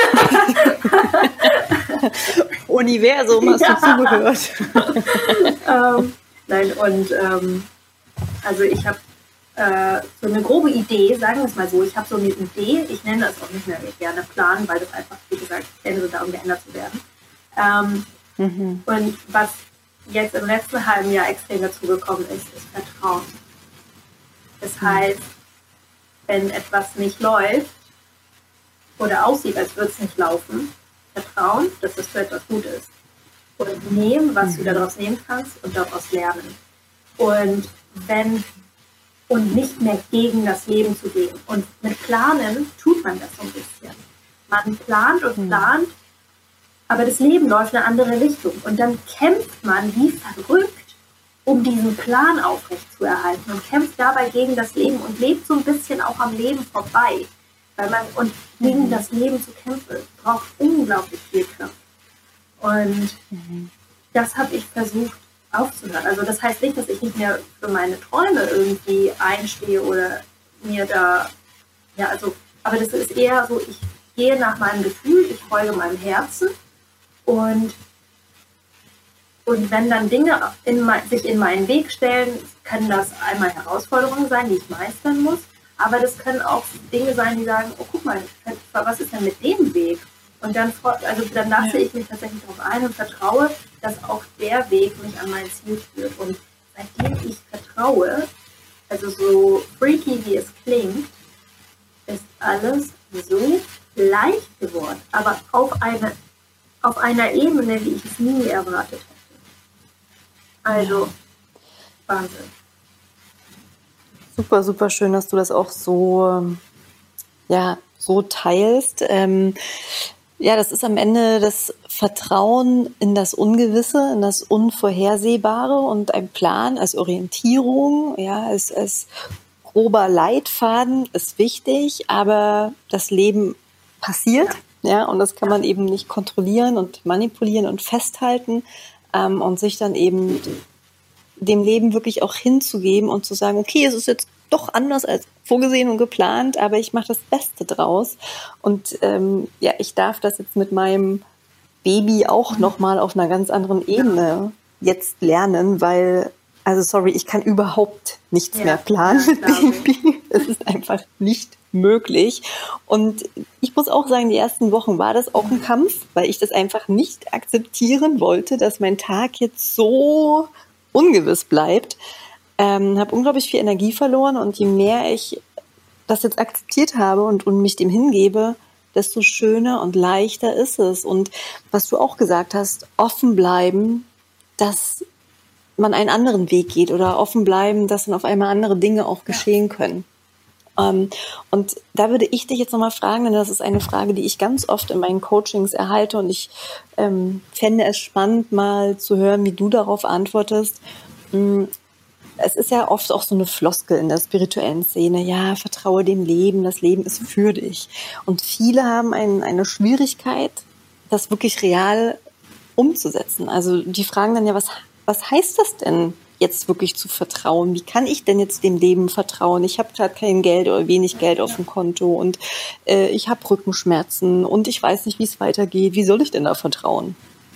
Speaker 3: Universum, hast ja. du zugehört.
Speaker 2: ähm, nein, und ähm, also ich habe äh, so eine grobe Idee, sagen wir es mal so, ich habe so eine Idee, ich nenne das auch nicht mehr gerne Plan, weil das einfach, wie gesagt, Pläne sind da, um geändert zu werden. Ähm, mhm. Und was jetzt im letzten halben Jahr extrem dazu gekommen ist, ist Vertrauen. Das heißt, wenn etwas nicht läuft oder aussieht, als würde es nicht laufen, vertrauen, dass es für etwas gut ist. Und nehmen, was mhm. du daraus nehmen kannst und daraus lernen. Und wenn und nicht mehr gegen das Leben zu gehen. Und mit Planen tut man das so ein bisschen. Man plant und mhm. plant, aber das Leben läuft in eine andere Richtung. Und dann kämpft man wie verrückt, um diesen Plan aufrechtzuerhalten und kämpft dabei gegen das Leben und lebt so ein bisschen auch am Leben vorbei. Weil man, und gegen das Leben zu kämpfen, braucht unglaublich viel Kraft. Und mhm. das habe ich versucht aufzuhören. Also das heißt nicht, dass ich nicht mehr für meine Träume irgendwie einstehe oder mir da, ja also, aber das ist eher so, ich gehe nach meinem Gefühl, ich folge meinem Herzen und Und wenn dann Dinge in mein, sich in meinen Weg stellen, können das einmal Herausforderungen sein, die ich meistern muss. Aber das können auch Dinge sein, die sagen, oh guck mal, was ist denn mit dem Weg? Und dann, also dann lasse ich mich tatsächlich darauf ein und vertraue, dass auch der Weg mich an mein Ziel führt. Und seitdem ich vertraue, also so freaky wie es klingt, Wort, aber auf, eine, auf einer Ebene, wie ich es nie erwartet hätte. Also, Wahnsinn.
Speaker 3: Super, super schön, dass du das auch so, ja, so teilst. Ähm, ja, das ist am Ende das Vertrauen in das Ungewisse, in das Unvorhersehbare und ein Plan als Orientierung, ja, als, als grober Leitfaden ist wichtig, aber das Leben passiert, ja, ja und das kann man eben nicht kontrollieren und manipulieren und festhalten ähm, und sich dann eben dem Leben wirklich auch hinzugeben und zu sagen, okay, es ist jetzt doch anders als vorgesehen und geplant, aber ich mache das Beste draus und ähm, ja, ich darf das jetzt mit meinem Baby auch nochmal auf einer ganz anderen Ebene jetzt lernen, weil Also sorry, ich kann überhaupt nichts ja, mehr planen mit Baby. Es ist einfach nicht möglich. Und ich muss auch sagen, die ersten Wochen war das auch ein Kampf, weil ich das einfach nicht akzeptieren wollte, dass mein Tag jetzt so ungewiss bleibt. Ähm, habe unglaublich viel Energie verloren und je mehr ich das jetzt akzeptiert habe und, und mich dem hingebe, desto schöner und leichter ist es. Und was du auch gesagt hast, offen bleiben, dass man einen anderen Weg geht oder offen bleiben, dass dann auf einmal andere Dinge auch geschehen können. Ähm, und da würde ich dich jetzt nochmal fragen, denn das ist eine Frage, die ich ganz oft in meinen Coachings erhalte und ich ähm, fände es spannend, mal zu hören, wie du darauf antwortest. Es ist ja oft auch so eine Floskel in der spirituellen Szene, ja, vertraue dem Leben, das Leben ist für dich. Und viele haben ein, eine Schwierigkeit, das wirklich real umzusetzen. Also die fragen dann ja, was Was heißt das denn, jetzt wirklich zu vertrauen? Wie kann ich denn jetzt dem Leben vertrauen? Ich habe gerade kein Geld oder wenig Geld auf dem Konto und äh, ich habe Rückenschmerzen und ich weiß nicht, wie es weitergeht. Wie soll ich denn da vertrauen?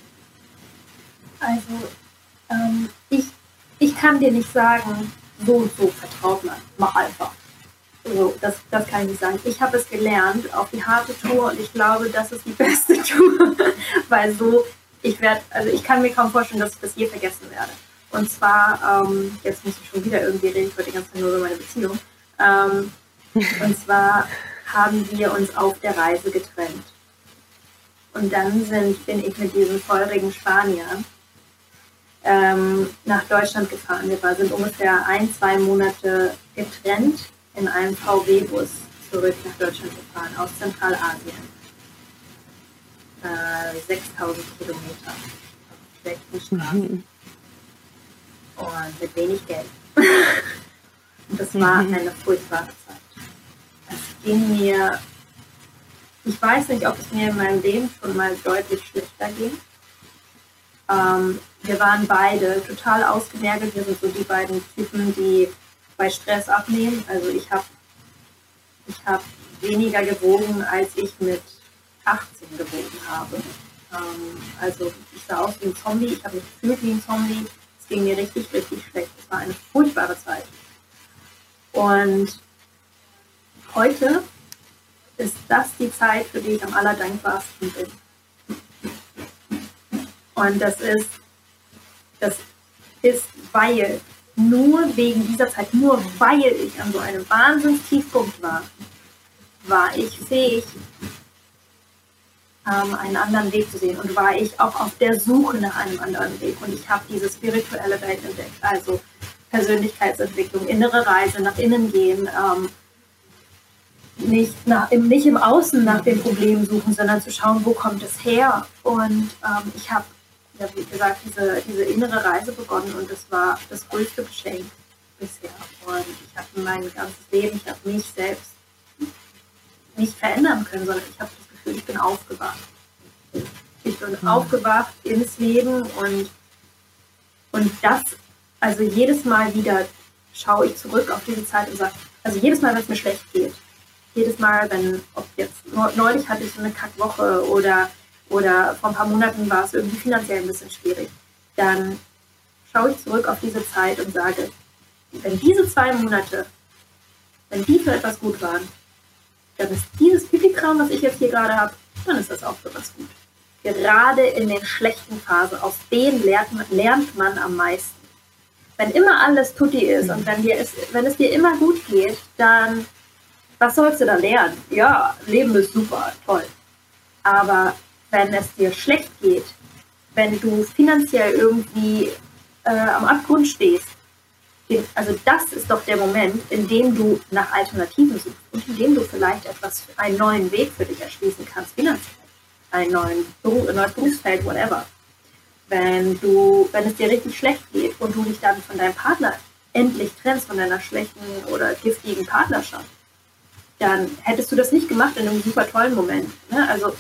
Speaker 2: Also, ähm, ich, ich kann dir nicht sagen, so und so vertraut man, mal einfach. So, das, das kann ich nicht sagen. Ich habe es gelernt auf die harte Tour und ich glaube, das ist die beste Tour, weil so Ich werde, also ich kann mir kaum vorstellen, dass ich das je vergessen werde. Und zwar, ähm, jetzt muss ich schon wieder irgendwie reden, ich wollte die ganze Zeit nur über meine Beziehung. Ähm, und zwar haben wir uns auf der Reise getrennt. Und dann sind, bin ich mit diesem feurigen Spanier ähm, nach Deutschland gefahren. Wir war, sind ungefähr ein, zwei Monate getrennt in einem V W-Bus zurück nach Deutschland gefahren, aus Zentralasien. sechstausend Kilometer auf schlechten Straßen und mit wenig Geld. Und das war mhm. eine furchtbare Zeit. Es ging mir, ich weiß nicht, ob es mir in meinem Leben schon mal deutlich schlechter ging. Ähm, wir waren beide total ausgemergelt. Wir sind so die beiden Typen, die bei Stress abnehmen. Also ich habe ich hab weniger gewogen, als ich mit achtzehn gewogen habe. Ähm, also ich sah aus wie ein Zombie, ich habe mich gefühlt wie ein Zombie. Es ging mir richtig, richtig schlecht. Es war eine furchtbare Zeit. Und heute ist das die Zeit, für die ich am allerdankbarsten bin. Und das ist, das ist, weil, nur wegen dieser Zeit, nur weil ich an so einem Wahnsinnstiefpunkt war, war ich fähig, einen anderen Weg zu sehen und war ich auch auf der Suche nach einem anderen Weg und ich habe diese spirituelle Welt entdeckt, also Persönlichkeitsentwicklung, innere Reise, nach innen gehen, ähm, nicht, nach, nicht im Außen nach dem Problem suchen, sondern zu schauen, wo kommt es her und ähm, ich habe, ja, wie gesagt, diese, diese innere Reise begonnen und das war das größte Geschenk bisher und ich habe mein ganzes Leben, ich habe mich selbst nicht verändern können, sondern ich habe ich bin aufgewacht. Ich bin mhm. aufgewacht ins Leben und, und das, also jedes Mal wieder schaue ich zurück auf diese Zeit und sage, also jedes Mal, wenn es mir schlecht geht, jedes Mal, wenn, ob jetzt, neulich hatte ich so eine Kackwoche oder, oder vor ein paar Monaten war es irgendwie finanziell ein bisschen schwierig, dann schaue ich zurück auf diese Zeit und sage, wenn diese zwei Monate, wenn die für etwas gut waren, dann ist dieses Pipi-Kram, was ich jetzt hier gerade habe, dann ist das auch für was gut. Gerade in den schlechten Phasen, aus denen lernt man, lernt man am meisten. Wenn immer alles tutti ist und wenn, dir ist, wenn es dir immer gut geht, dann, was sollst du da lernen? Ja, Leben ist super, toll. Aber wenn es dir schlecht geht, wenn du finanziell irgendwie äh, am Abgrund stehst, also das ist doch der Moment, in dem du nach Alternativen suchst und in dem du vielleicht etwas, einen neuen Weg für dich erschließen kannst, finanziell, einen neuen Beruf, ein neues Berufsfeld, whatever. Wenn du, wenn es dir richtig schlecht geht und du dich dann von deinem Partner endlich trennst, von deiner schlechten oder giftigen Partnerschaft, dann hättest du das nicht gemacht in einem super tollen Moment. Ne? Also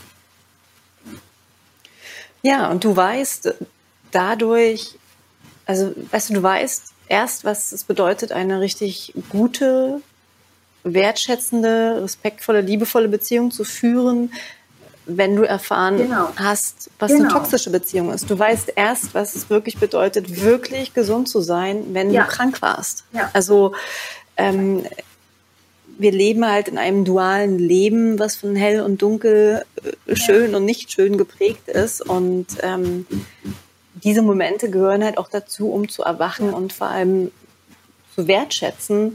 Speaker 3: ja, und du weißt dadurch, also weißt du, du weißt erst, was es bedeutet, eine richtig gute, wertschätzende, respektvolle, liebevolle Beziehung zu führen, wenn du erfahren
Speaker 2: genau.
Speaker 3: hast, was
Speaker 2: genau.
Speaker 3: eine toxische Beziehung ist. Du weißt erst, was es wirklich bedeutet, wirklich gesund zu sein, wenn
Speaker 2: ja.
Speaker 3: du krank warst.
Speaker 2: Ja.
Speaker 3: Also ähm, wir leben halt in einem dualen Leben, was von hell und dunkel, äh, schön ja. und nicht schön geprägt ist. Und ähm, diese Momente gehören halt auch dazu, um zu erwachen ja. und vor allem zu wertschätzen,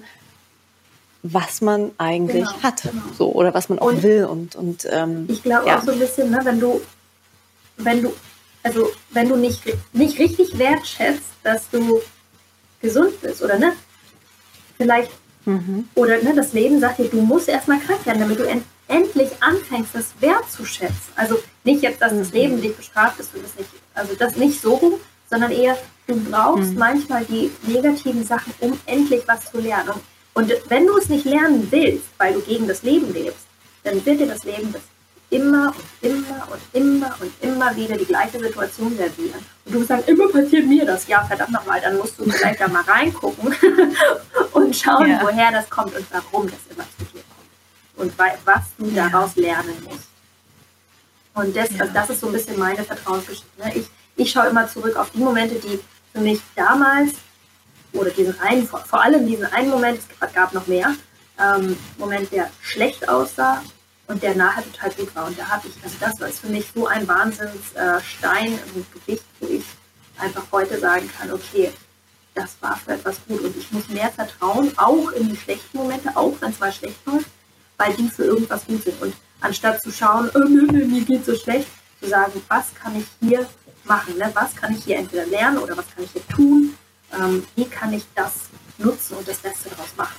Speaker 3: was man eigentlich
Speaker 2: genau,
Speaker 3: hat,
Speaker 2: genau.
Speaker 3: so, oder was man auch
Speaker 2: und
Speaker 3: will. Und, und ähm,
Speaker 2: ich glaube
Speaker 3: ja.
Speaker 2: auch so ein bisschen, ne, wenn du, wenn du, also wenn du nicht, nicht richtig wertschätzt, dass du gesund bist, oder ne? Vielleicht, mhm. oder ne, das Leben sagt dir, du musst erstmal krank werden, damit du end, endlich anfängst, das wertzuschätzen. Also nicht jetzt, dass mhm. das Leben dich bestraft, dass du das nicht, also das nicht so rum, sondern eher, du brauchst mhm. manchmal die negativen Sachen, um endlich was zu lernen. Und Und wenn du es nicht lernen willst, weil du gegen das Leben lebst, dann wird dir das Leben das immer und immer und immer und immer wieder die gleiche Situation servieren. Und du wirst sagen, immer passiert mir das. Ja, verdammt nochmal, dann musst du vielleicht da mal reingucken und schauen, ja. woher das kommt und warum das immer zu dir kommt. Und was du ja. daraus lernen musst. Und das, ja. also das ist so ein bisschen meine Vertrauensgeschichte. Ne? Ich, ich schaue immer zurück auf die Momente, die für mich damals oder diesen einen, vor, vor allem diesen einen Moment, es gab noch mehr, ähm, Moment, der schlecht aussah und der nachher total gut war. Und da habe ich, also das war für mich so ein Wahnsinnsstein äh, im Gewicht, wo ich einfach heute sagen kann, okay, das war für etwas gut. Und ich muss mehr vertrauen, auch in die schlechten Momente, auch wenn es mal schlecht läuft, weil die für irgendwas gut sind. Und anstatt zu schauen, oh, mir geht so schlecht, zu sagen, was kann ich hier machen? Ne? Was kann ich hier entweder lernen oder was kann ich hier tun? Ähm, wie kann ich das nutzen und das Beste daraus machen?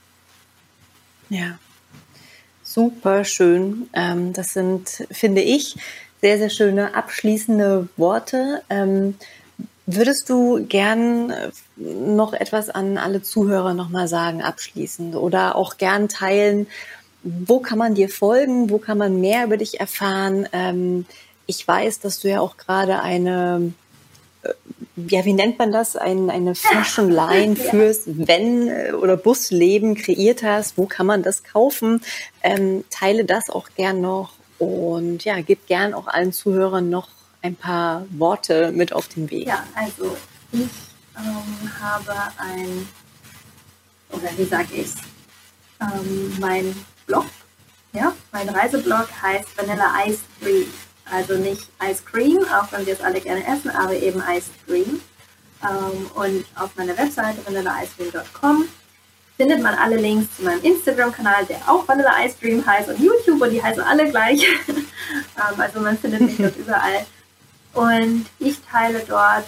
Speaker 3: Ja, super schön. Ähm, das sind, finde ich, sehr, sehr schöne abschließende Worte. Ähm, würdest du gern noch etwas an alle Zuhörer nochmal sagen, abschließend, oder auch gern teilen, wo kann man dir folgen, wo kann man mehr über dich erfahren? Ähm, ich weiß, dass du ja auch gerade eine, ja, wie nennt man das, Ein, eine Fashion Line ja. fürs Wenn- oder Busleben kreiert hast. Wo kann man das kaufen? Ähm, teile das auch gern noch und ja, gib gern auch allen Zuhörern noch ein paar Worte mit auf den Weg.
Speaker 2: Ja, also ich ähm, habe ein, oder wie sage ich ähm, mein Blog, ja, mein Reiseblog heißt Vanilla Ice Cream. Also nicht Ice Cream, auch wenn wir es alle gerne essen, aber eben Ice Cream. Ähm, und auf meiner Webseite vanilla ice cream dot com findet man alle Links zu meinem Instagram-Kanal, der auch Vanilla Ice Cream heißt, und YouTube, und die heißen alle gleich. ähm, also man findet mich dort überall. Und ich teile dort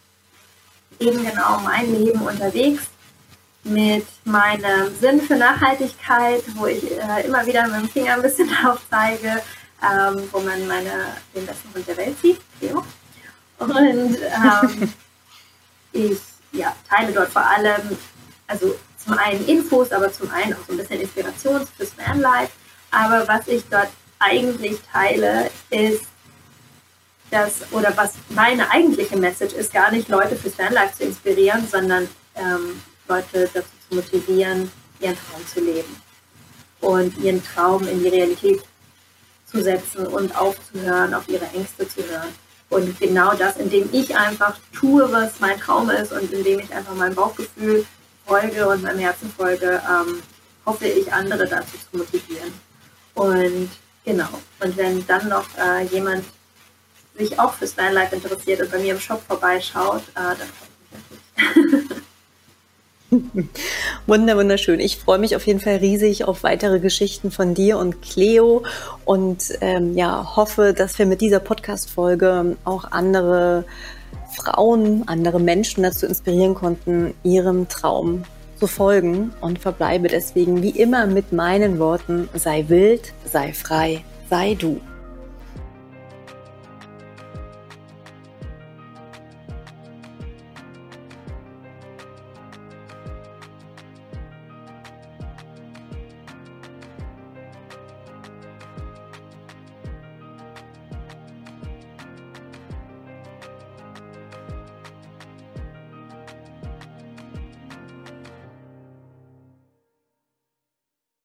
Speaker 2: eben genau mein Leben unterwegs mit meinem Sinn für Nachhaltigkeit, wo ich äh, immer wieder mit dem Finger ein bisschen drauf zeige, ähm, wo man meine, den besten Hund der Welt sieht, Theo. Und ähm, ich ja, teile dort vor allem, also zum einen Infos, aber zum einen auch so ein bisschen Inspiration fürs Vanlife. Aber was ich dort eigentlich teile, ist, dass, oder was meine eigentliche Message ist, gar nicht Leute fürs Vanlife zu inspirieren, sondern ähm, Leute dazu zu motivieren, ihren Traum zu leben und ihren Traum in die Realität zu setzen und aufzuhören, auf ihre Ängste zu hören. Und genau das, indem ich einfach tue, was mein Traum ist, und indem ich einfach meinem Bauchgefühl folge und meinem Herzen folge, ähm, hoffe ich, andere dazu zu motivieren. Und genau, und wenn dann noch äh, jemand sich auch fürs Vanlife interessiert und bei mir im Shop vorbeischaut, äh, dann freue ich mich natürlich.
Speaker 3: Wunder, wunderschön. Ich freue mich auf jeden Fall riesig auf weitere Geschichten von dir und Cleo und ähm, ja, hoffe, dass wir mit dieser Podcast-Folge auch andere Frauen, andere Menschen dazu inspirieren konnten, ihrem Traum zu folgen, und verbleibe deswegen wie immer mit meinen Worten: sei wild, sei frei, sei du.